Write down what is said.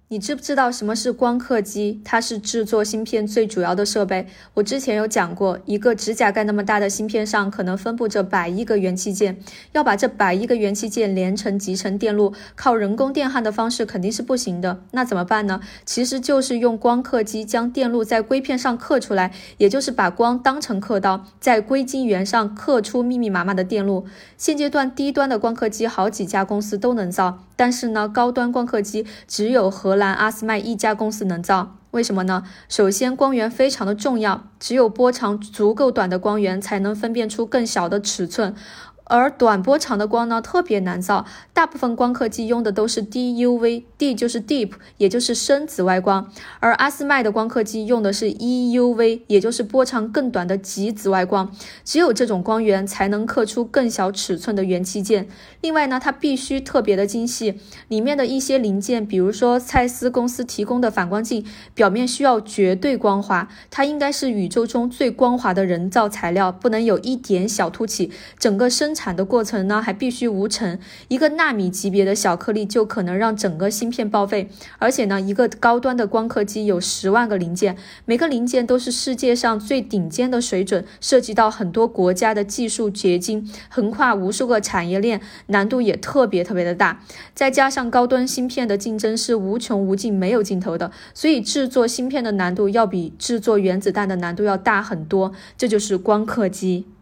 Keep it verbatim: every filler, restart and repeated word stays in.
你知不知道什么是光刻机？它是制作芯片最主要的设备。我之前有讲过，一个指甲盖那么大的芯片上可能分布着百亿个元器件，要把这百亿个元器件连成集成电路，靠人工电焊的方式肯定是不行的。那怎么办呢？其实就是用光刻机将电路在硅片上刻出来，也就是把光当成刻刀，在硅晶圆上刻出密密麻麻的电路。现阶段低端的光刻机好几家公司都能造，但是呢，高端光刻机只有荷兰阿斯麦一家公司能造。为什么呢？首先，光源非常的重要，只有波长足够短的光源才能分辨出更小的尺寸。而短波长的光呢，特别难造，大部分光刻机用的都是低 U V，D 就是 deep， 也就是深紫外光，而阿斯麦的光刻机用的是 E U V， 也就是波长更短的极紫外光，只有这种光源才能刻出更小尺寸的元器件。另外呢，它必须特别的精细，里面的一些零件，比如说蔡司公司提供的反光镜，表面需要绝对光滑，它应该是宇宙中最光滑的人造材料，不能有一点小凸起，整个生产的过程呢还必须无尘，一个纳米级别的小颗粒就可能让整个芯片报废。而且呢，一个高端的光刻机有十万个零件，每个零件都是世界上最顶尖的水准，涉及到很多国家的技术结晶，横跨无数个产业链，难度也特别特别的大。再加上高端芯片的竞争是无穷无尽，没有尽头的，所以制作芯片的难度要比制作原子弹的难度要大很多，这就是光刻机。